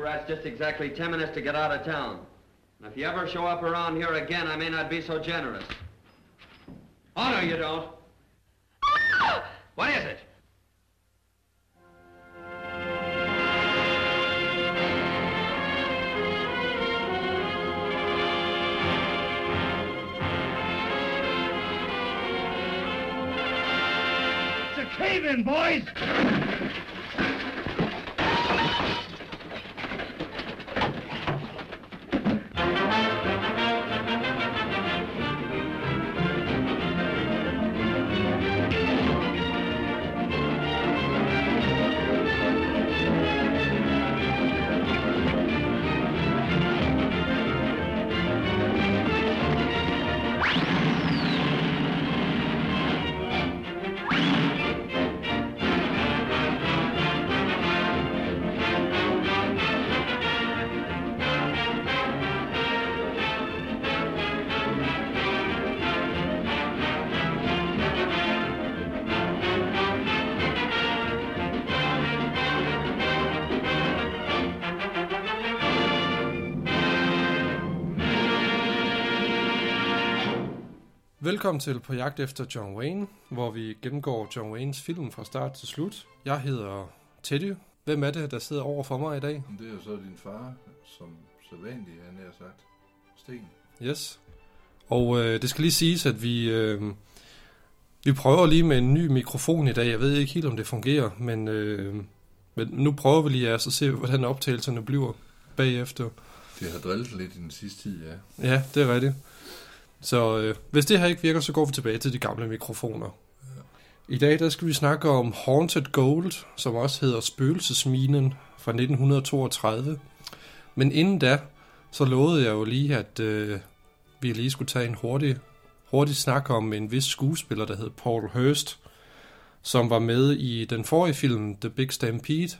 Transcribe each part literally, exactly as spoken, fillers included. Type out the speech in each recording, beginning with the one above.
rats just exactly ten minutes to get out of town. And if you ever show up around here again, I may not be so generous. Oh, no, you don't. What is it? It's a cave-in, boys! Velkommen til På jagt efter John Wayne, hvor vi gennemgår John Waynes film fra start til slut. Jeg hedder Teddy. Hvem er det, der sidder over for mig i dag? Det er jo så din far, som sædvanlig han har sagt. Sten. Yes. Og øh, det skal lige siges, at vi, øh, vi prøver lige med en ny mikrofon i dag. Jeg ved ikke helt, om det fungerer, men, øh, men nu prøver vi lige at se, hvordan optagelserne bliver bagefter. Det har drillet lidt i den sidste tid, ja. Ja, det er rigtigt. Så øh, hvis det her ikke virker, så går vi tilbage til de gamle mikrofoner. Ja. I dag der skal vi snakke om Haunted Gold, som også hedder Spøgelsesminen fra nitten toogtredive. Men inden da, så lovede jeg jo lige, at øh, vi lige skulle tage en hurtig, hurtig snak om en vis skuespiller, der hed Paul Hurst, som var med i den forrige film, The Big Stampede.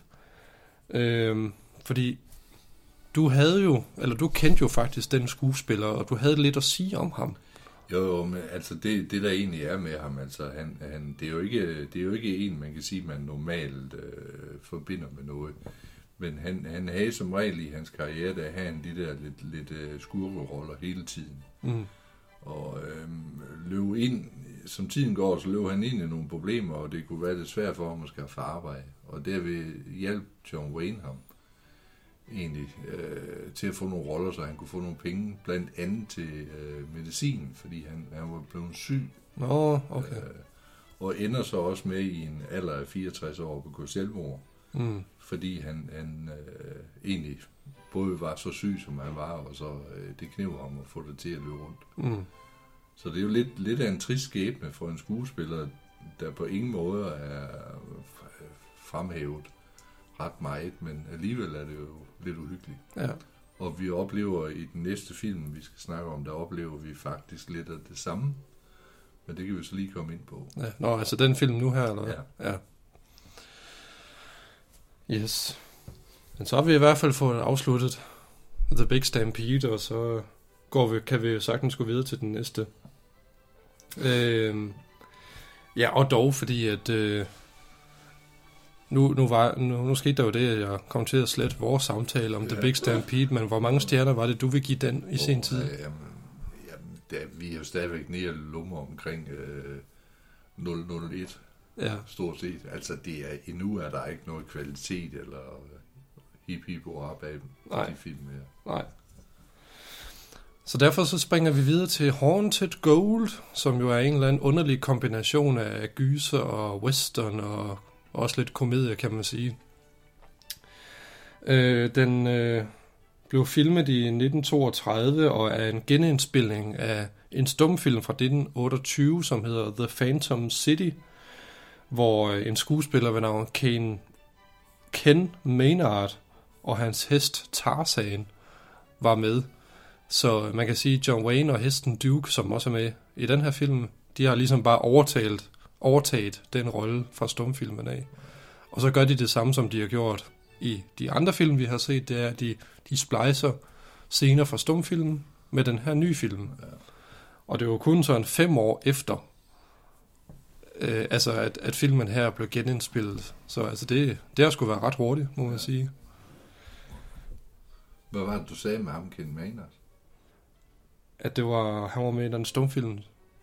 Øh, fordi du havde jo, eller du kendte jo faktisk den skuespiller, og du havde lidt at sige om ham. Jo, jo, men altså det, det der egentlig er med ham, altså han, han, det, er jo ikke, det er jo ikke en, man kan sige, man normalt øh, forbinder med noget. Men han, han havde som regel i hans karriere, der havde han de der lidt, lidt uh, skurkeroller hele tiden. Mm. Og øh, løb ind, som tiden går, så løb han ind i nogle problemer, og det kunne være lidt svært for ham at skaffe arbejde. Og derved hjalp John Wayne ham egentlig øh, til at få nogle roller, så han kunne få nogle penge, blandt andet til øh, medicin, fordi han, han var blevet syg. Oh, okay. øh, og ender så også med i en alder af fireogtres år på selvmord, mm. fordi han, han øh, egentlig både var så syg, som han var, og så øh, det kneb ham at få det til at løbe rundt. Mm. Så det er jo lidt, lidt af en trist skæbne for en skuespiller, der på ingen måde er fremhævet ret meget, men alligevel er det jo lidt uhyggeligt. Ja. Og vi oplever i den næste film, vi skal snakke om, der oplever vi faktisk lidt af det samme. Men det kan vi så lige komme ind på. Ja. Nå, altså den film nu her, eller hvad? Ja. Ja. Yes. Men så har vi i hvert fald fået afsluttet The Big Stampede, og så går vi, kan vi sagtens gå videre til den næste. Øhm, ja, og dog, fordi at øh, Nu, nu, var, nu, nu skete der jo det, at jeg kom til at slette vores samtale om ja. The Big Stampede, men hvor mange stjerner var det, du vil give den i oh, sin tid? Jamen, jamen der, vi er jo stadigvæk nede og lummer omkring øh, nul nul et, ja. Stort set. Altså, det er, endnu er der ikke noget kvalitet eller hip hip hurra bag de film her. Nej. Så derfor så springer vi videre til Haunted Gold, som jo er en eller anden underlig kombination af gyser og western og også lidt komedie, kan man sige. Øh, den øh, blev filmet i nitten toogtredive og er en genindspilning af en stumfilm fra nitten otteogtyve, som hedder The Phantom City, hvor en skuespiller ved navn Ken, Ken Maynard og hans hest Tarzan var med. Så man kan sige, John Wayne og hesten Duke, som også er med i den her film, de har ligesom bare overtalt overtaget den rolle fra stumfilmen af. Og så gør de det samme, som de har gjort i de andre film, vi har set. Det er, at de, de splicer scener fra stumfilmen med den her nye film. Ja. Og det var kun sådan fem år efter, øh, altså at, at filmen her blev genindspillet. Så altså det, det har sgu været ret hurtigt, må man ja. sige. Hvad var det, du sagde med ham, Ken Maynard? At det var, han var med i den stumfilm,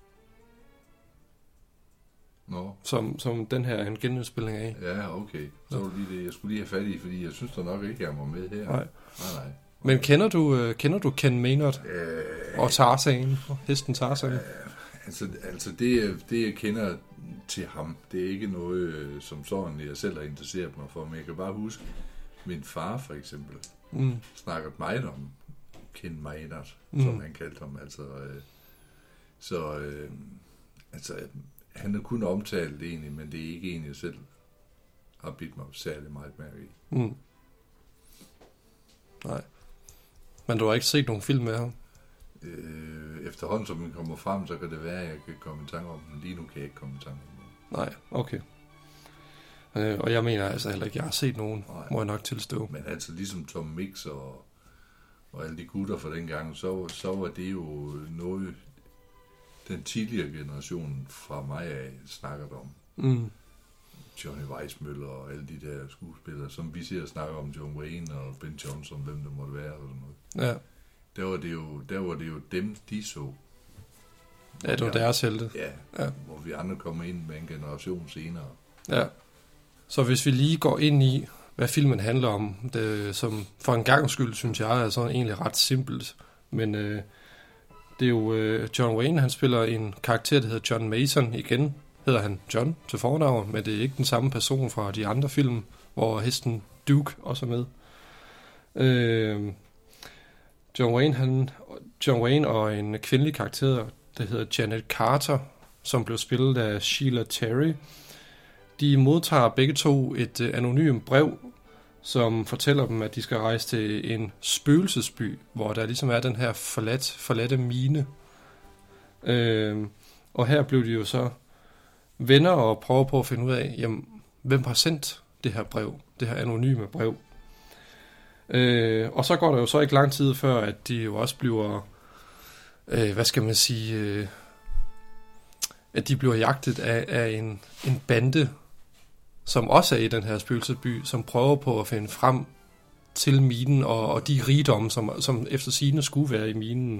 Nå. som, som den her er en genindspilning af. Ja, okay. Så var det lige det, jeg skulle lige have fat i, fordi jeg synes da nok ikke, jeg var med her. Nej. Nej, nej. Men kender du, øh, kender du Ken Maynard Øh, og Tarzan, og hesten Tarzan? øh, altså, altså det, det, jeg kender til ham, det er ikke noget, øh, som sådan, jeg selv har interesseret mig for, men jeg kan bare huske, min far for eksempel, Mm. snakket meget om Ken Maynard, Mm. som han kaldte ham. Altså, øh, så øh, altså, han er kun omtalt egentlig, men det er ikke en, jeg selv har bidt mig særlig meget mærke i. Mm. Nej. Men du har ikke set nogen film med ham? Øh, efterhånden, som man kommer frem, så kan det være, at jeg kan komme i tanke om den. Lige nu kan jeg ikke komme i tanke om den. Nej, okay. Øh, og jeg mener altså heller ikke, jeg har set nogen, Nej. må jeg nok tilstå. Men altså ligesom Tom Mix og, og alle de gutter fra dengang, så, så var det jo noget, den tidligere generation fra mig af snakket om. Mm. Johnny Weissmuller og alle de der skuespillere, som vi ser og snakker om, John Wayne og Ben Johnson, hvem det måtte være, og sådan noget. Ja, Der var det jo, der var det jo dem, de så. ja, det var deres helte. Ja, Ja. ja, hvor vi andre kommer ind med en generation senere. Ja. Så hvis vi lige går ind i, hvad filmen handler om, det, som for en gang skyld, synes jeg, er sådan egentlig ret simpelt. Men øh, det er jo øh, John Wayne, han spiller en karakter, der hedder John Mason. Igen hedder han John til fornavn, men det er ikke den samme person fra de andre film, hvor hesten Duke også er med. Øh, John Wayne, han, John Wayne og en kvindelig karakter, der hedder Janet Carter, som blev spillet af Sheila Terry. De modtager begge to et øh, anonymt brev, som fortæller dem, at de skal rejse til en spøgelsesby, hvor der ligesom er den her forladt, forladte mine. Øh, og her blev de jo så venner og prøver på at finde ud af, jamen, hvem har sendt det her brev, det her anonyme brev. Øh, og så går der jo så ikke lang tid før, at de jo også bliver, øh, hvad skal man sige, øh, at de bliver jagtet af, af en, en bande, som også er i den her spøgelsesby, som prøver på at finde frem til minen og, og de rigdomme, som, som efter sigende skulle være i minen.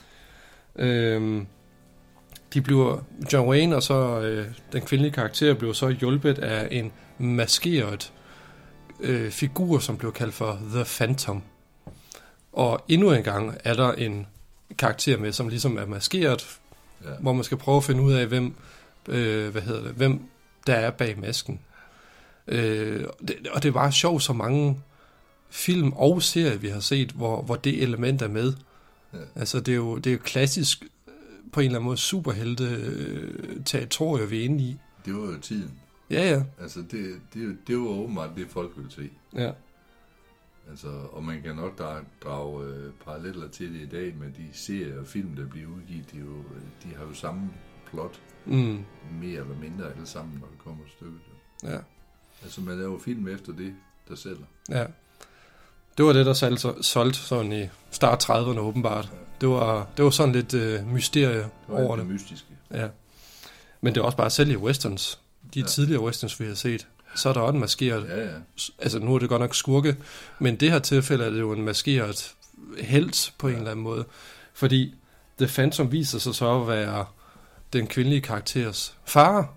Øh, de bliver, John Wayne og så øh, den kvindelige karakter bliver så hjulpet af en maskeret øh, figur, som blev kaldt for The Phantom. Og endnu en gang er der en karakter med, som ligesom er maskeret, Ja. hvor man skal prøve at finde ud af, hvem, øh, hvad hedder det, hvem der er bag masken. Øh, det, og det er bare sjovt, så mange film og serier, vi har set, hvor, hvor det element er med. Ja. Altså, det er jo, det er jo klassisk, på en eller anden måde, superhelte-territorier, vi er inde i. Det var jo tiden. Ja, ja. Altså, det, det, det var åbenbart det, folk ville se. Ja, Altså, og man kan nok drage, drage øh, paralleller til det i dag med de serier og film, der bliver udgivet. De, jo, de har jo samme plot, mm, mere eller mindre alle sammen, når det kommer et stykke. ja, Altså, man laver film efter det, der sælger. ja. Det var det, der solgte, solgte sådan i start trediverne åbenbart. Det var, det var sådan lidt øh, mysterie Det var over det det. mystiske. Ja. Men det er også bare selv i westerns. De Ja. tidligere westerns, vi har set, så er der også en maskeret. Ja, ja. Altså nu er det godt nok skurke, men i det her tilfælde er det jo en maskeret helt på en eller anden måde. Fordi The Phantom viser sig så at være den kvindelige karakters far.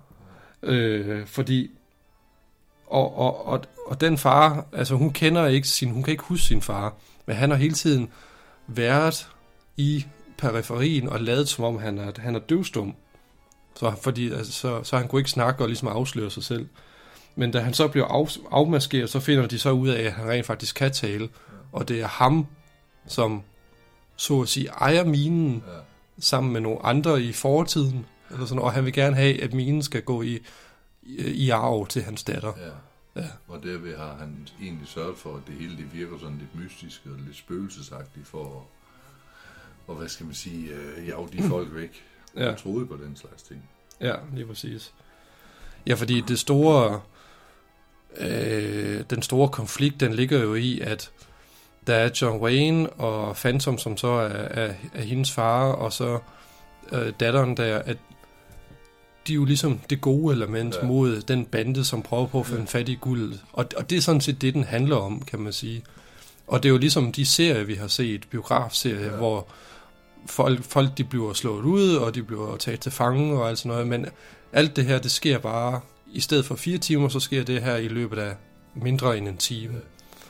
Øh, fordi og, og, og, og den far, altså hun kender ikke sin, hun kan ikke huske sin far, men han har hele tiden været i periferien og lavet som om han er, han er døvstum. Så, fordi, altså, så, så han kunne ikke snakke og ligesom afsløre sig selv. Men da han så bliver af, afmaskeret, så finder de så ud af, at han rent faktisk kan tale. Og det er ham, som så at sige ejer minen Ja. sammen med nogle andre i fortiden. Eller sådan, og han vil gerne have, at minen skal gå i, i, i arv til hans datter. Ja. Ja. Og derved har han egentlig sørget for, at det hele det virker sådan lidt mystisk og lidt spøgelsesagtigt for at, og hvad skal man sige, øh, jage de folk væk, Ja. ja. og troede på den slags ting. Ja, lige præcis. Ja, fordi det store, øh, den store konflikt, den ligger jo i, at der er John Wayne og Phantom, som så er, er, er hendes far, og så øh, datteren der, at de er jo ligesom det gode element Ja. ja. mod den bande, som prøver på at finde fat i guldet. Og, og det er sådan set det, den handler om, kan man sige. Og det er jo ligesom de serier, vi har set, biografserier, ja. hvor folk, folk de bliver slået ud, og de bliver taget til fange og alt sådan noget, men alt det her, det sker bare, i stedet for fire timer, så sker det her i løbet af mindre end en time. Ja.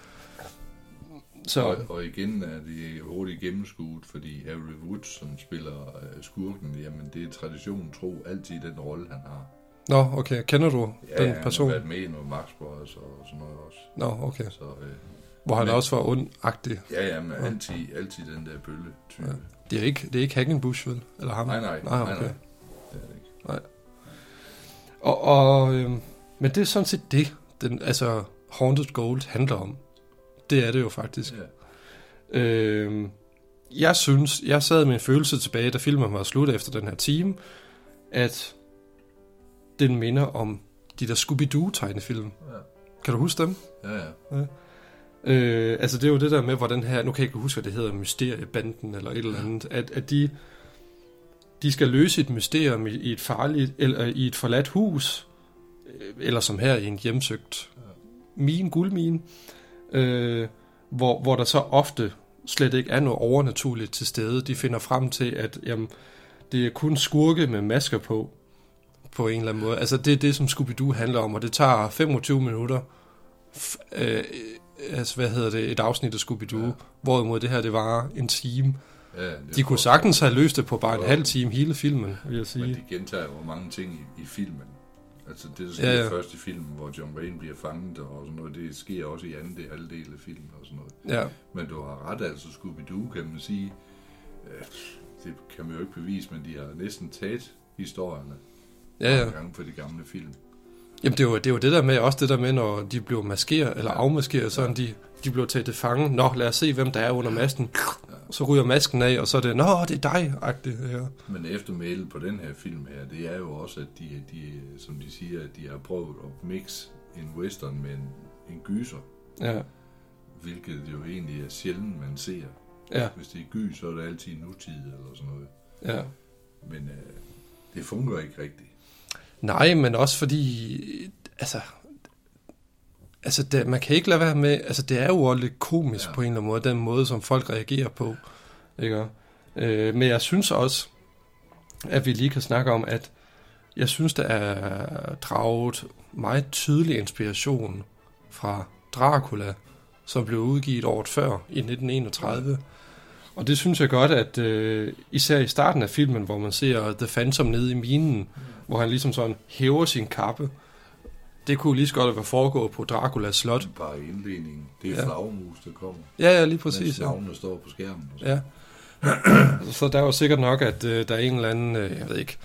Så. Og, og igen er det hurtigt gennemskuet, fordi Harry Woods, som spiller uh, skurken, jamen det er traditionen tro altid den rolle, han har. Nå, okay. Kender du ja, den person? Ja, han har været med i noget Max Brothers og sådan noget også. Nå, okay. Så, uh, Hvor han men, også var ondagtig. Ja, ja, men ja. Altid, altid den der bølle-type. Ja. Det er ikke, det er ikke Hackenbush, vel? Eller ham? Nej, nej. Nej, okay. nej, nej. Det er det ikke. Nej. Og, og, øhm, men det er sådan set det, den, altså Haunted Gold handler om. Det er det jo faktisk. Ja. Øhm, jeg synes, jeg sad med en følelse tilbage, da filmen var slut efter den her time, at den minder om de der Scooby-Doo-tegnefilm. Ja. Kan du huske dem? Ja, ja. ja. Øh, altså det er jo det der med, hvordan her, nu kan jeg ikke huske, hvad det hedder, Mysteriebanden eller et eller andet, at, at de, de skal løse et mysterium i, i et farligt, eller i et forladt hus, eller som her i en hjemsøgt mine, guldmine, øh, hvor, hvor der så ofte slet ikke er noget overnaturligt til stede. De finder frem til, at jamen, det er kun skurke med masker på, på en eller anden måde. Altså det er det, som Scooby-Doo handler om, og det tager femogtyve minutter, f- øh, altså hvad hedder det, et afsnit af Scooby-Doo, ja. Hvorimod det her, det var en time. Ja, de kunne sagtens have løst det på bare en ja. halv time, hele filmen, vil jeg sige. Men de gentager jo mange ting i, i filmen. Altså det, der sker ja, ja. først i filmen, hvor John Wayne bliver fanget og sådan noget, det sker også i anden del, halvdel af filmen og sådan noget. Ja. Men du har ret, altså Scooby-Doo, kan man sige, øh, det kan man jo ikke bevise, men de har næsten taget historierne ja, ja. gange på de gamle film. Jamen det er, jo, det er jo det der med, også det der med, når de bliver maskeret, eller afmaskeret, sådan ja. de, de bliver taget til fange. Nå, lad os se, hvem der er under masken. Ja. Så ryger masken af, og så er det, nå, det er dig-agtigt. Ja. Men eftermælet på den her film her, det er jo også, at de, de, som de siger, at de har prøvet at mixe en western med en, en gyser. Ja. Hvilket jo egentlig er sjældent, man ser. Ja. Hvis det er gys, så er det altid nutid eller sådan noget. Ja. Men øh, det fungerer ikke rigtigt. Nej, men også fordi, altså, altså det, man kan ikke lade være med, altså det er jo lidt komisk ja. på en eller anden måde, den måde, som folk reagerer på, ikke? Øh, men jeg synes også, at vi lige kan snakke om, at jeg synes, der er draget meget tydelig inspiration fra Dracula, som blev udgivet året før, i nitten enogtredive. Ja. Og det synes jeg godt, at øh, især i starten af filmen, hvor man ser The Phantom nede i minen, mm. hvor han ligesom sådan hæver sin kappe, det kunne lige så godt være foregået på Draculas slot. Bare indledningen. Det er ja. flagmus, der kommer. Ja, ja, lige præcis. Mens navnene ja. står på skærmen. Og ja. Så der var sikkert nok, at øh, der er en eller anden, øh, jeg ved ikke,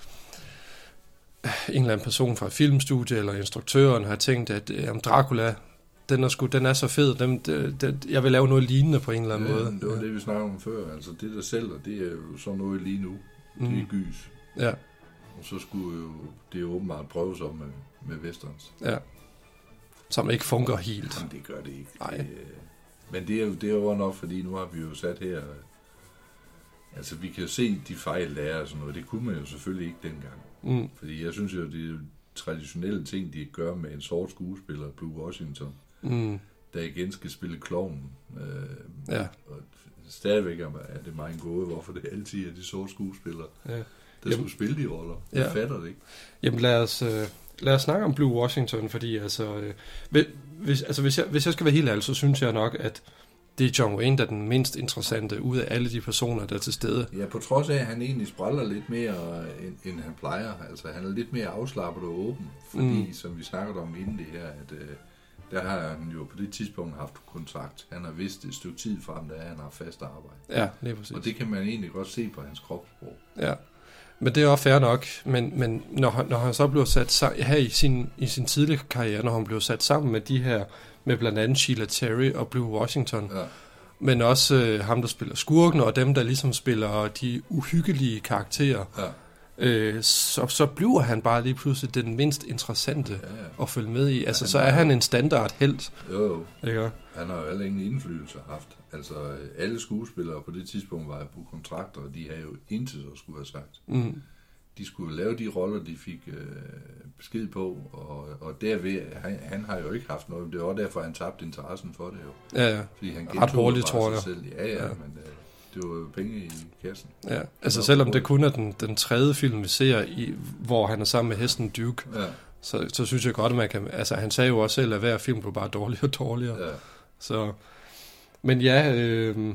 en eller anden person fra et filmstudie, eller instruktøren har tænkt, at øh, Dracula, den er, sgu, den er så fed, den, den, den, jeg vil lave noget lignende på en eller anden ja, måde. Det var ja. det, vi snakkede om før. Altså det, der sælger, det er jo sådan noget lige nu. Det er mm. gys. Ja. Og så skulle jo, det jo åbenbart prøves om med, med westerns. Ja. Som ikke fungerer helt. Jamen, det gør det ikke. Nej. Det, men det er, jo, det er jo nok, fordi nu har vi jo sat her, altså vi kan jo se de fejl, der er og sådan noget. Det kunne man jo selvfølgelig ikke dengang. Mm. Fordi jeg synes jo, det er jo traditionelle ting, de gør med en sort skuespiller, Blue Washington, mm. der igen skal spille klovnen. Øh, ja. Og stadigvæk er det meget en gåde, hvorfor det altid er de sorte skuespillere, ja. der Jamen, skulle spille de roller. Jeg ja. fatter det ikke. Jamen lad os, øh, lad os snakke om Blue Washington, fordi altså, øh, hvis, altså hvis, jeg, hvis jeg skal være helt ærlig, så synes jeg nok, at det er John Wayne, der er den mindst interessante ud af alle de personer, der er til stede. Ja, på trods af, at han egentlig spræller lidt mere, end, end han plejer. Altså, han er lidt mere afslappet og åben. Fordi, mm. som vi snakkede om inden det her, at øh, der har han jo på det tidspunkt haft kontrakt. Han har vidst et stykke tid frem, da han har fast arbejde. Ja, lige præcis. Og det kan man egentlig godt se på hans kropssprog. Ja, men det er også fair nok. Men, men når, når han så blev sat sammen, her i sin, i sin tidlige karriere, når han blev sat sammen med de her, med blandt andet Sheila Terry og Blue Washington, ja. men også øh, ham, der spiller skurken, og dem, der ligesom spiller de uhyggelige karakterer, ja. øh, så, så bliver han bare lige pludselig den mindst interessante ja, ja. at følge med i. Altså, ja, så er han en standard helt. Jo, ikke? Han har jo heller ingen indflydelse haft. Altså, alle skuespillere på det tidspunkt var på kontrakter, og de havde jo intet at skulle have sagt. Mm. De skulle lave de roller, de fik øh, besked på, og, og derved, han, han har jo ikke haft noget, det var derfor, han tabte interessen for det jo. Ja, ja. Fordi han Ret hurtigt, tror jeg. Selv. Ja, ja, ja, men øh, det var jo penge i kassen. Ja, altså selvom det kun er den, den tredje film, vi ser, i, hvor han er sammen med hesten Duke, ja. så, så synes jeg godt, at man kan... Altså, han sagde jo også selv, at hver film blev bare dårligere og dårligere. Ja. Så... Men ja, øh,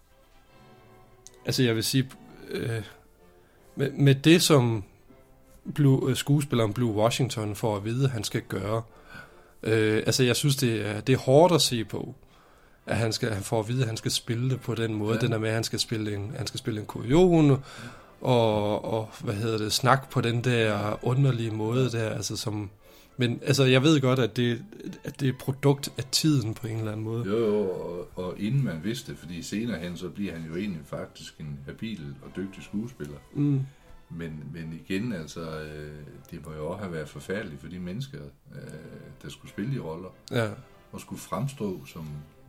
altså jeg vil sige, øh, med, med det som Blue, skuespilleren Blue Washington får at vide, at han skal gøre, øh, altså jeg synes, det er, det er hårdt at se på, at han, skal, han får at vide, at han skal spille det på den måde, ja. Den er med, at han skal spille en, han skal spille en kurion, og, og hvad hedder det, snak på den der underlige måde der, altså som... Men altså, jeg ved godt, at det, at det er produkt af tiden på en eller anden måde. Jo, jo, og, og inden man vidste det, fordi senere hen, så bliver han jo egentlig faktisk en habil og dygtig skuespiller. Mm. Men, men igen, altså, øh, det må jo også have været forfærdeligt for de mennesker, øh, der skulle spille de roller, ja. Og skulle fremstå som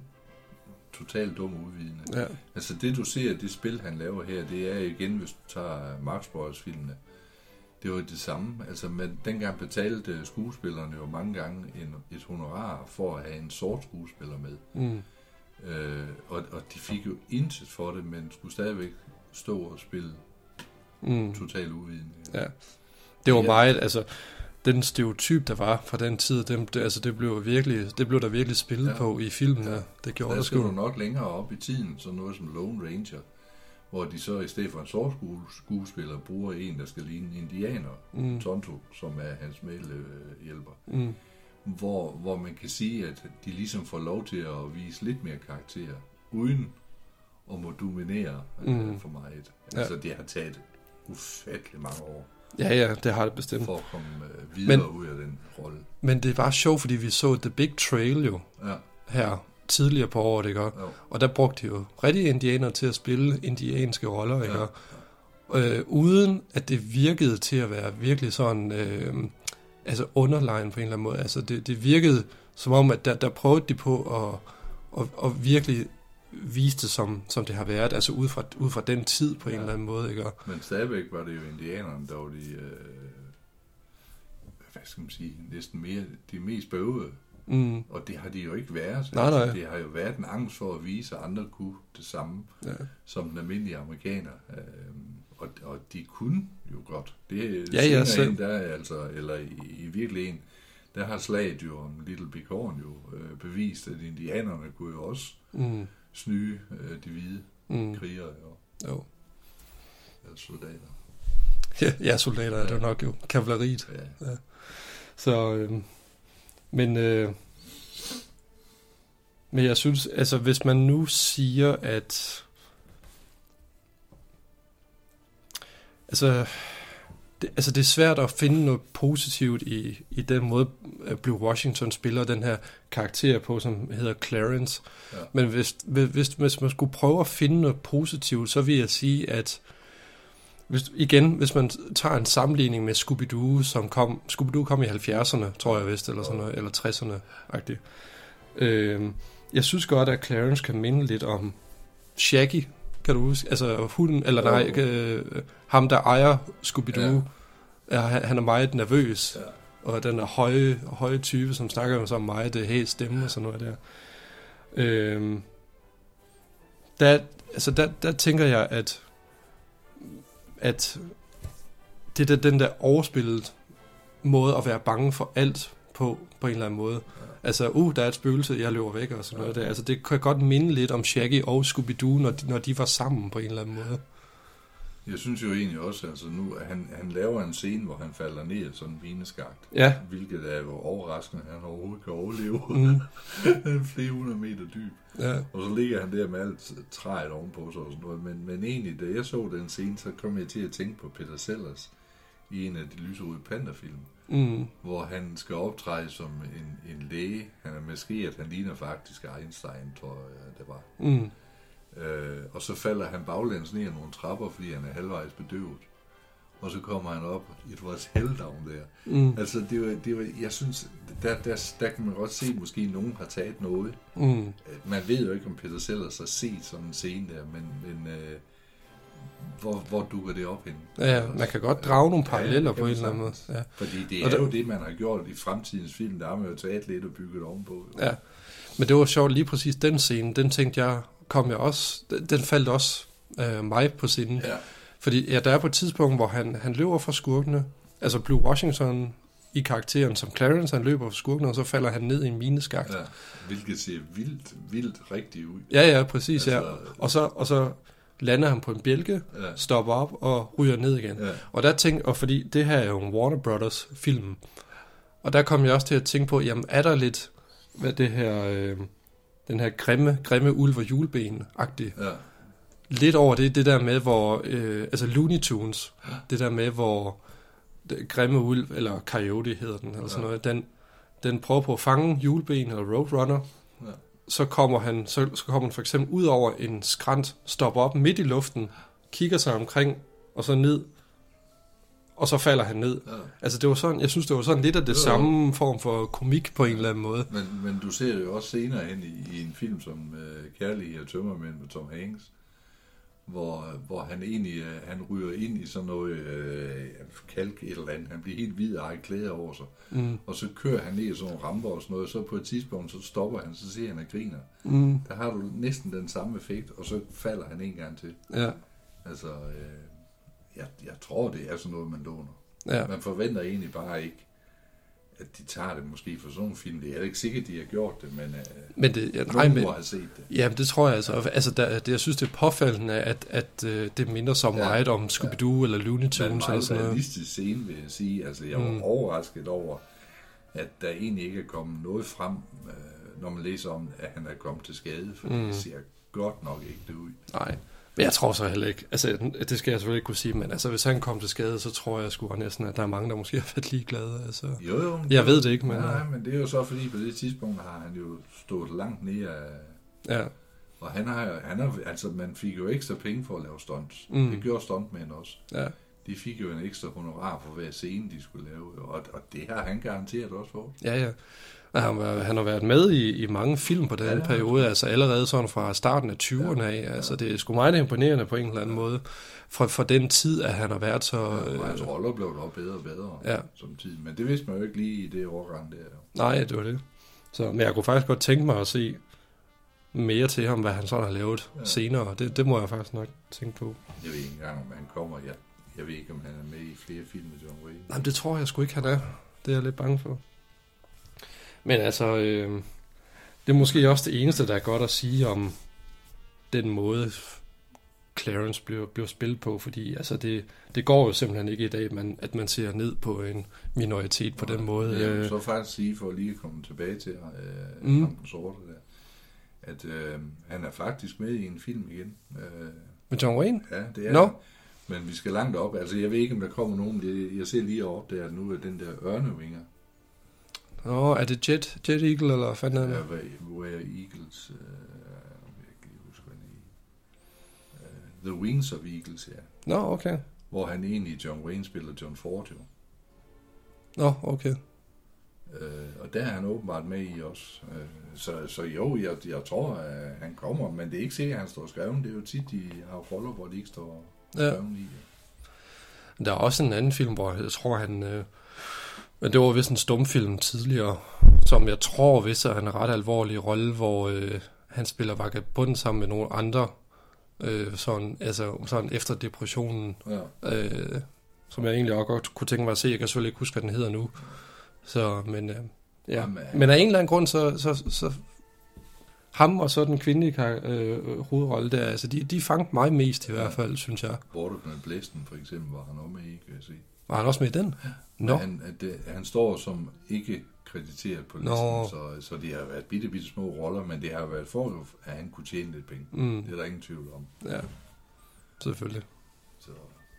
totalt dum udvidende. Ja. Altså, det du ser, det spil, han laver her, det er igen, hvis du tager Marx Brothers-filmene, det var det samme. Altså, man, dengang betalte skuespillerne jo mange gange en, et honorar for at have en sort skuespiller med. Mm. Øh, og, og de fik jo intet for det, men skulle stadigvæk stå og spille mm. totalt uvidende. Ja. Det var meget, altså, den stereotyp, der var fra den tid, det, det, altså, det blev virkelig, det blev der virkelig spillet ja. På i filmen. Ja. Det gjorde der der skal du nok længere op i tiden, sådan noget som Lone Ranger, hvor de så i stedet for en sort skuespiller bruger en, der skal ligne en indianer, mm. Tonto, som er hans medhjælper. Mm. Hvor, hvor man kan sige, at de ligesom får lov til at vise lidt mere karakter, uden at må dominere mm. øh, for meget. Ja. Altså, det har taget ufattelig mange år. Ja, ja, det har det bestemt. For at komme øh, videre men, ud af den rolle. Men det var sjovt, fordi vi så The Big Trail jo ja. Her tidligere på året, ikke? Jo. Og der brugte de jo rigtige indianere til at spille indianske roller, ikke? Ja. Øh, uden at det virkede til at være virkelig sådan, øh, altså underline på en eller anden måde. Altså det, det virkede som om, at der, der prøvede de på at, at, at virkelig vise det, som, som det har været, altså ud fra, ud fra den tid på ja. En eller anden måde, ikke? Men stadigvæk var det jo indianerne, der var de, øh, hvad skal man sige, næsten mere, de mest bøvede. Mm. Og det har de jo ikke været. Nej, nej. Det har jo været en angst for at vise, at andre kunne det samme, ja. Som den almindelige amerikaner. Øhm, og, og de kunne jo godt. Det ja, ja, selv. En, der er altså, eller i, i virkelig en, der har slaget jo om Little Bighorn jo øh, bevist, at indianerne kunne jo også mm. snyde øh, de hvide mm. krigere og jo. Eller soldater. Ja, ja, soldater ja. Er det nok jo. Kavaleriet. Ja. Ja. Så... Øhm, Men, øh, men jeg synes, altså hvis man nu siger, at altså det, altså det er svært at finde noget positivt i, i den måde, at Blue Washington spiller den her karakter på, som hedder Clarence. Ja. Men hvis, hvis, hvis man skulle prøve at finde noget positivt, så vil jeg sige, at Hvis, igen, hvis man tager en sammenligning med Scooby-Doo, som kom, Scooby-Doo kom i halvfjerdserne, tror jeg vist, eller sådan noget, eller tresserne-agtigt. Øh, jeg synes godt, at Clarence kan minde lidt om Shaggy, kan du huske? Altså hunden, eller nej, øh, ham der ejer Scooby-Doo, ja. han, han er meget nervøs, ja. Og den er høje, høje type, som snakker jo så meget, det er helt stemme og sådan noget der. Øh, der, altså der, der tænker jeg, at at det er den der overspillet måde at være bange for alt på, på en eller anden måde. Ja. Altså, uh, der er et spøgelse, jeg løber væk og sådan ja. Noget der. Altså, det kan godt minde lidt om Shaggy og Scooby-Doo, når de, når de var sammen på en eller anden måde. Jeg synes jo egentlig også, altså nu, at han, han laver en scene, hvor han falder ned i sådan en vineskagt. Ja. Hvilket er jo overraskende, at han overhovedet kan overleve. Mm. Flere hundrede meter dyb. Ja. Og så ligger han der med alt træet ovenpå sig og sådan noget. Men, men egentlig, da jeg så den scene, så kom jeg til at tænke på Peter Sellers i en af de lyserøde panterfilm. Mm. Hvor han skal optræde som en, en læge. Han er maskeret, han ligner faktisk Einstein, tror jeg, det var. Mm. Øh, og så falder han baglæns ned ad nogle trapper, fordi han er halvvejs bedøvet. Og så kommer han op, it was hell down der. Mm. Altså, det var, det var, jeg synes, der, der, der kan man godt se, at måske nogen har taget noget. Mm. Man ved jo ikke, om Peter Sellers har set sådan en scene der, men, men øh, hvor, hvor dukker det op henne? Ja, man kan godt drage nogle paralleller ja, på en eller anden måde. Ja. Fordi det Og er der, jo det, man har gjort i fremtidens film, der har man jo taget lidt og bygget ovenpå. Jo. Ja, men det var sjovt, lige præcis den scene, den tænkte jeg, kom jeg også, den, den faldt også øh, mig på sinden. Ja. Fordi ja, der er på et tidspunkt, hvor han, han løber fra skurkene, altså Blue Washington i karakteren som Clarence, han løber fra skurkene, og så falder han ned i en mineskakt. Ja, hvilket ser vildt, vildt rigtigt ud. Ja, ja, præcis, altså, ja. Altså, Og så, og så lander han på en bjælke, ja. stopper op og ryger ned igen. Ja. Og der tænkte, og fordi det her er jo en Warner Brothers film, og der kom jeg også til at tænke på, jamen er der lidt, hvad det her, øh, den her grimme, grimme ulv- og juleben-agtige. Ja. Lidt over det, det der med, hvor, øh, altså Looney Tunes, det der med, hvor det, grimme ulv, eller Coyote hedder den, eller sådan Ja. noget, den, den prøver på at fange juleben, eller Roadrunner, Ja. så kommer han, så, så kommer han for eksempel ud over en skrant, stopper op midt i luften, kigger sig omkring, og så ned, og så falder han ned. Ja. Altså det var sådan, jeg synes det var sådan lidt af det Jo. samme form for komik på en eller anden måde. Men, men du ser det jo også senere hen i, i en film som uh, Kærlighed og Tømmermænd med Tom Hanks, hvor, hvor han egentlig uh, han ryger ind i sådan noget uh, kalk et eller andet. Han bliver helt hvid og har klæder over sig. Mm. Og så kører han ned i sådan nogle ramper og sådan noget, og så på et tidspunkt, så stopper han, så ser han og griner. Mm. Der har du næsten den samme effekt, og så falder han en gang til. Ja. Altså, øh, jeg, jeg tror, det er sådan noget, man låner. Ja. Man forventer egentlig bare ikke, at de tager det måske for sådan en film. Det er ikke sikkert, de har gjort det, men, øh, Men det, ja, nej, nogen men, må have set det. ja, det tror jeg altså. Altså, der, det, jeg synes, det er påfaldende, at, at uh, det minder så meget ja. om Scooby-Doo ja. eller Looney Men Tunes en eller meget sådan noget. realistisk scene, vil jeg sige. Altså, jeg var Mm. mm. overrasket over, at der egentlig ikke er kommet noget frem, øh, når man læser om, at han er kommet til skade, for mm. det ser godt nok ikke det ud. Nej, men jeg tror så heller ikke, altså det skal jeg selvfølgelig ikke kunne sige, men altså hvis han kom til skade, så tror jeg sgu næsten, at der er mange, der måske har været ligeglade. Altså. Jo, jo. Jeg ved det ikke, men... Nej, men det er jo så, fordi på det tidspunkt har han jo stået langt ned af... Ja. Og han har jo, han har, altså man fik jo ekstra penge for at lave stunts. Mm. Det gjorde stuntmænd også. Ja. De fik jo en ekstra honorar for hver scene, de skulle lave, og, og det har han garanteret også for. Ja, ja. Og han, var, han har været med i, i mange film på den ja, periode, ja. Altså allerede sådan fra starten af tyverne af. Ja, altså det er sgu meget imponerende på en eller anden ja. måde, fra, fra den tid, at han har været så... Ja, og hans øh, roller blev dog bedre og bedre ja. som tid, men det vidste man jo ikke lige i det overgang der. Nej, det var det. Så, men jeg kunne faktisk godt tænke mig at se mere til ham, hvad han sådan har lavet ja. senere. Det, det må jeg faktisk nok tænke på. Jeg ved ikke engang, om han kommer. Jeg, jeg ved ikke, om han er med i flere film med John Wayne. Nej, det tror jeg sgu ikke, han er. Det er jeg lidt bange for. Men altså, øh, det er måske også det eneste, der er godt at sige om den måde, Clarence bliver, bliver spillet på, fordi altså det, det går jo simpelthen ikke i dag, man, at man ser ned på en minoritet på ja, den måde. Jeg vil øh. så faktisk sige, for lige at komme tilbage til øh, Mm. Kampen Sorte der, at øh, han er faktisk med i en film igen. Øh, Med John Wayne? Ja, det er no. han. Men vi skal langt op. Altså, jeg ved ikke, om der kommer nogen. Jeg, jeg ser lige op der nu, at den der ørnevinger. Nå, er det Jet, Jet Eagle, eller hvad fanden er det? Ja, Where Eagles... Øh, jeg kan ikke huske, hvad den er. Uh, The Wings of Eagles, ja. Nå, okay. Hvor han egentlig, John Wayne, spiller John Ford, jo. Nå, okay. Uh, og der er han åbenbart med i også. Uh, så, så jo, jeg, jeg tror, at han kommer, men det er ikke sikkert, at han står skrevet. Det er jo tit, de har roller, hvor de ikke står skrevet ja. i. Der er også en anden film, hvor jeg tror, han... Øh, men det var vist en stumfilm tidligere, som jeg tror vist er en ret alvorlig rolle, hvor øh, han spiller vagabond sammen med nogle andre, øh, sådan, altså, sådan efter depressionen, ja. øh, som jeg egentlig også godt kunne tænke mig at se. Jeg kan selvfølgelig ikke huske, hvad den hedder nu. Så, men, øh, ja. Jamen, men af en eller anden grund, så, så, så ham og så den kvindelige øh, hovedrolle der, altså de, de fangede mig mest i hvert fald, ja. synes jeg. Borderland Blæsten for eksempel var han også med i, kan jeg se. Var han også med i den? Ja. No. Han, det, han står som ikke krediteret på listen, no. så, så det har været bitte, bitte små roller, men det har været for, at han kunne tjene lidt penge. Mm. Det er der ingen tvivl om. Ja, selvfølgelig. Så.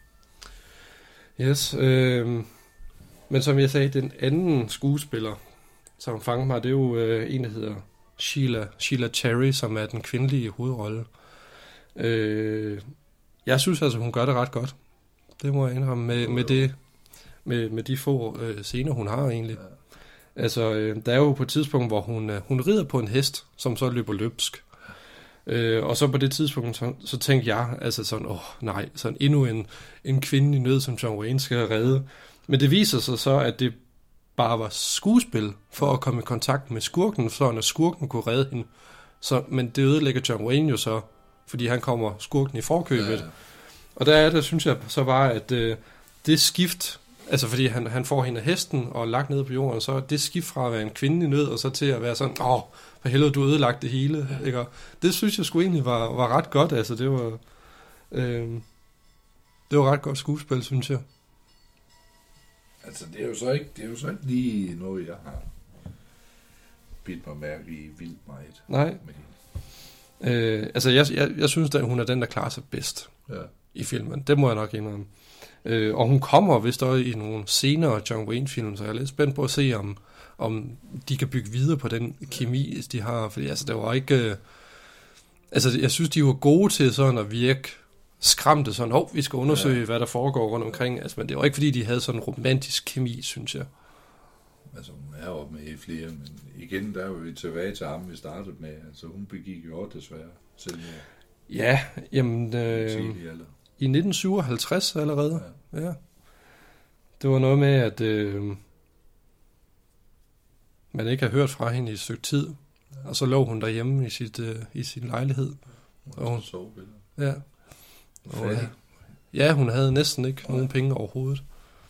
Yes, øh, men som jeg sagde, den anden skuespiller, som fangede mig, det er jo øh, en, der hedder Sheila, Sheila Cherry, som er den kvindelige hovedrolle. Øh, jeg synes altså, hun gør det ret godt. Det må jeg indrømme med, med, det, med, med de få øh, scener, hun har egentlig. Ja. Altså, øh, der er jo på et tidspunkt, hvor hun, øh, hun rider på en hest, som så løber løbsk. Øh, og så på det tidspunkt, så, så tænkte jeg, altså sådan, åh nej, sådan endnu en, en kvinde i nød, som John Wayne skal redde. Men det viser sig så, at det bare var skuespil for at komme i kontakt med skurken, så at skurken kunne redde hende. Så, men det ødelægger John Wayne jo så, fordi han kommer skurken i forkøbet. Ja, ja. Og der er det, synes jeg så bare, at øh, det skift, altså fordi han, han får hende af hesten og lagt ned på jorden, så det skift fra at være en kvinde i nød, og så til at være sådan, åh, for helvede, du ødelagt det hele. Ja. Ikke? Og det synes jeg sgu egentlig var, var ret godt, altså det var, øh, det var ret godt skuespil, synes jeg. Altså det er jo så ikke, det er jo så ikke lige noget, jeg har bidt mig mærke i vildt meget. Nej. Øh, altså jeg, jeg, jeg synes, at hun er den, der klarer sig bedst ja. i filmen. Det må jeg nok indrømme. Øh, og hun kommer vist også i nogle senere John Wayne-film, så jeg er lidt spændt på at se, om, om de kan bygge videre på den kemi, de har. Fordi altså, det var ikke... Øh, altså, jeg synes, de var gode til sådan at virke skræmte, sådan, åh, oh, vi skal undersøge, ja. hvad der foregår rundt omkring. Altså, men det var ikke, fordi de havde sådan en romantisk kemi, synes jeg. Altså, hun er oppe med i flere, men igen, der er vi tilbage til ham, vi startede med. Altså, hun begik jo også desværre selv med. Ja, jamen... Øh, i nitten syvoghalvtreds allerede, ja. ja. Det var noget med, at øh, man ikke har hørt fra hende i et stykke tid, ja. og så lå hun derhjemme i, sit, øh, i sin lejlighed. Hun og hun sov ja. Og, ja. ja, hun havde næsten ikke ja. nogen penge overhovedet.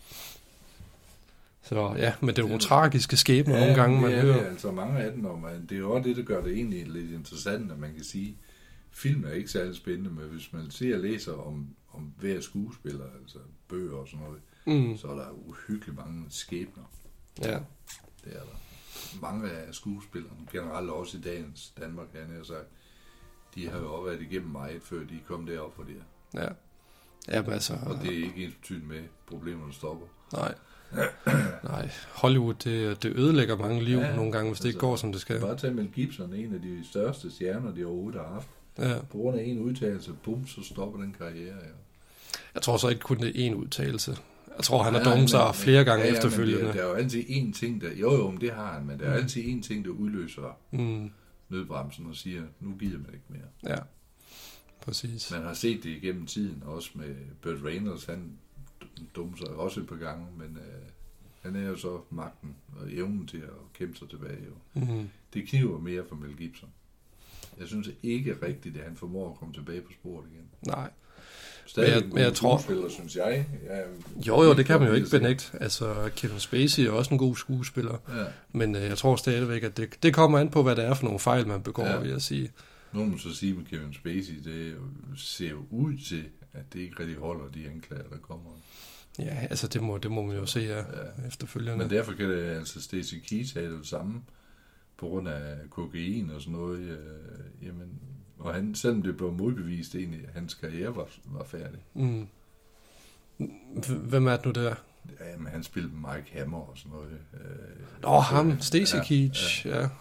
Så ja, men det er jo nogle tragiske skæbner ja, nogle gange, man ja, hører. Ja, altså mange af dem, og man, det er jo også det, der gør det egentlig lidt interessant, at man kan sige, film er ikke særlig spændende, men hvis man ser og læser om, om hver skuespiller, altså bøger og sådan noget, mm. så er der uhyggeligt mange skæbner. Ja. Det er der. Mange af skuespillerne, generelt også i dagens Danmark, han har sagt, de har jo også været igennem meget, før de kom derop for det her. Ja. Ja, altså... Og det er ikke ens betydende med, problemerne stopper. Nej. Nej, Hollywood, det, det ødelægger mange liv ja, nogle gange, hvis det altså, ikke går, som det skal. Bare tage Mel Gibson, en af de største stjerner, de overhovedet har haft. Ja. På grund af en udtalelse, bum, så stopper den karriere, ja. Jeg tror så ikke kun det er én udtalelse. Jeg tror, han har ja, dummet sig flere gange ja, ja, efterfølgende. Det, der er jo altid én ting, der... Jo, jo, men det har han, men der er mm. altid én ting, der udløser mm. nødbremsen og siger, nu gider man ikke mere. Ja, præcis. Man har set det igennem tiden, også med Burt Reynolds, han dummer sig også et par gange, men øh, han er jo så magten og evnen til at kæmpe sig tilbage. Jo. Mm. Det kniver mere for Mel Gibson. Jeg synes ikke rigtigt, at han formår at komme tilbage på sporet igen. Nej. Stadig men jeg, men jeg tror... skuespiller, synes jeg. jeg jo, jo, det kan man jo ikke benægte. Altså, Kevin Spacey er også en god skuespiller. Ja. Men øh, jeg tror stadigvæk, at det, det kommer an på, hvad det er for nogle fejl, man begår, ja. vil jeg sige. Nu må man så sige med Kevin Spacey, det ser jo ud til, at det ikke rigtig holder de anklager, der kommer. Ja, altså det må, det må man jo se ja, ja. efterfølgende. Men derfor kan det altså Stacy Keach have det samme, på grund af kokain og sådan noget. Øh, jamen, og han, selvom det blev modbevist egentlig, at hans karriere var, var færdig. Mm. Hvem er det nu der? Ja, men han spillede Mike Hammer og sådan noget. Åh, oh, ham, Stacy ja, Keach, ja. ja.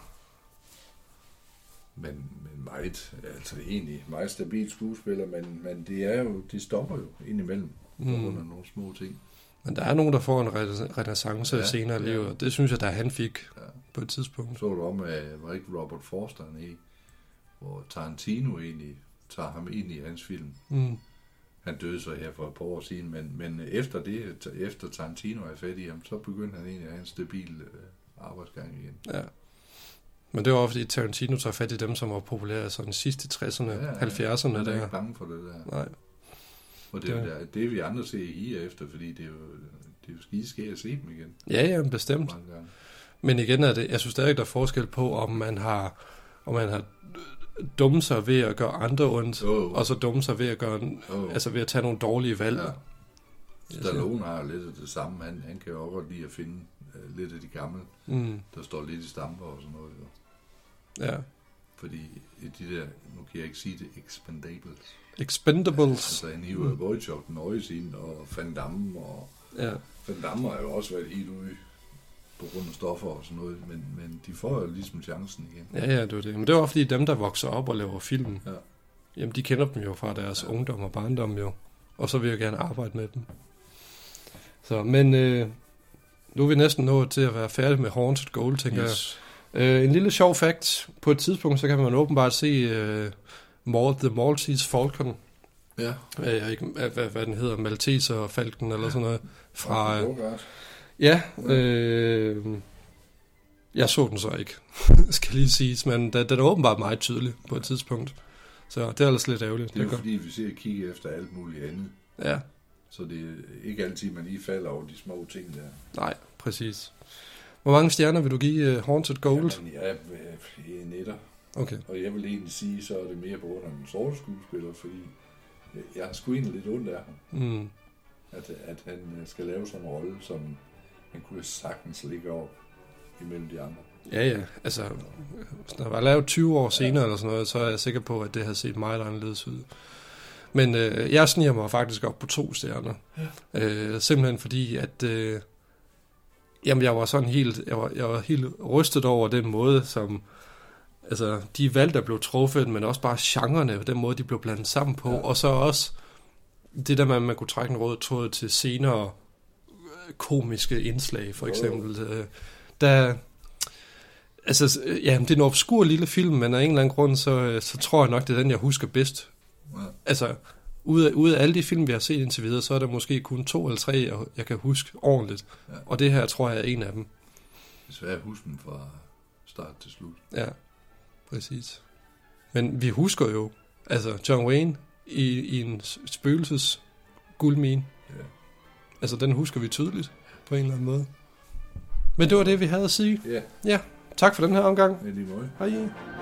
Men, men meget, altså egentlig meget stabil skuespiller, men, men det er jo, de stopper jo indimellem mm. på grund af nogle små ting. Men der er nogen, der får en renaissance ja, senere i ja. livet, og det synes jeg, der han fik ja. på et tidspunkt. Så du om, at var ikke Robert Forster i, hvor Tarantino egentlig tager ham ind i hans film. Mm. Han døde så her for et par år siden, men, men efter det, efter Tarantino er fat i ham, så begyndte han egentlig at have en stabil øh, arbejdsgang igen. Ja. Men det var også fordi Tarantino tager fat i dem, som var populære sådan sidste tresserne, ja, ja, halvfjerdserne. Han er ikke bange for det der. Nej. Og det er jo det, det vi andre ser i efter, fordi det er jo, det er jo skide skært at se dem igen. Ja, ja, bestemt. Men igen er det, jeg synes stadig, der er forskel på, om man har, om man har dummet sig ved at gøre andre ondt, oh. og så dummet sig ved at gøre, oh. altså ved at tage nogle dårlige valg. Ja. Stallone har lidt af det samme. Han, han kan jo også godt lide at finde uh, lidt af de gamle, mm. der står lidt i stamper og sådan noget. Jo. Ja. Fordi de der, nu kan jeg ikke sige det, Expendables. Expendables. Altså han hiver mm. Wojciech den øje siden, og Van Damme, og ja. Van Damme har jo også været helt ude på grund af stoffer og sådan noget, men, men de får jo ligesom chancen igen. Ja, ja, det er det. Men det er jo fordi dem, der vokser op og laver film, ja. jamen de kender dem jo fra deres ja. ungdom og barndom jo, og så vil jeg gerne arbejde med dem. Så, men øh, nu er vi næsten nået til at være færdige med Haunted Gold, tænker yes. jeg. Øh, en lille sjov fact. På et tidspunkt, så kan man åbenbart se øh, Mal- The Maltese Falcon. Ja. Øh, ikke, hvad, hvad den hedder, Malteser Falcon eller sådan noget. Fra, øh, ja, øh, jeg så den så ikke, skal lige siges, men den, den er åbenbart meget tydelig på et tidspunkt. Så det er ellers lidt ærgerligt. Det er det jo fordi, vi ser kigge efter alt muligt andet. Ja. Så det er ikke altid, man lige falder over de små ting der. Nej, præcis. Hvor mange stjerner vil du give uh, Haunted Gold? Jamen, jeg er øh, en etter. Okay. Og jeg vil egentlig sige, så er det mere på grund af den sorte skuespiller, fordi jeg har sgu egentlig lidt ondt af ham. Mm. At, at han skal lave sådan en rolle, som han kunne sagtens ligge op imellem de andre. Ja, ja. Altså, hvis der var lavet tyve år senere ja. eller sådan noget, så er jeg sikker på, at det havde set meget anderledes ud. Men øh, jeg sniger mig faktisk op på to stjerner. Ja. Øh, simpelthen fordi, at øh, jamen, jeg var sådan helt, jeg var, jeg var helt rystet over den måde, som altså, de valg, der blev truffet, men også bare genrerne, den måde, de blev blandet sammen på, ja. Og så også det der, man, man kunne trække en rød tråd til senere komiske indslag, for eksempel. Oh. Der, altså, ja, det er en obskur lille film, men af en eller anden grund, så, så tror jeg nok, det er den, jeg husker bedst. Ja. Altså, ude af, ude af alle de film, vi har set indtil videre, så er der måske kun to eller tre, jeg, jeg kan huske ordentligt. Ja. Og det her, tror jeg, er en af dem. Det er svært at huske dem fra start til slut. Ja, præcis. Men vi husker jo, altså John Wayne i, i en spøgelses guldmine. Ja. Altså, den husker vi tydeligt på en eller anden måde. Men det var det, vi havde at sige. Ja. Ja, tak for den her omgang. Ja, lige måde. Hej.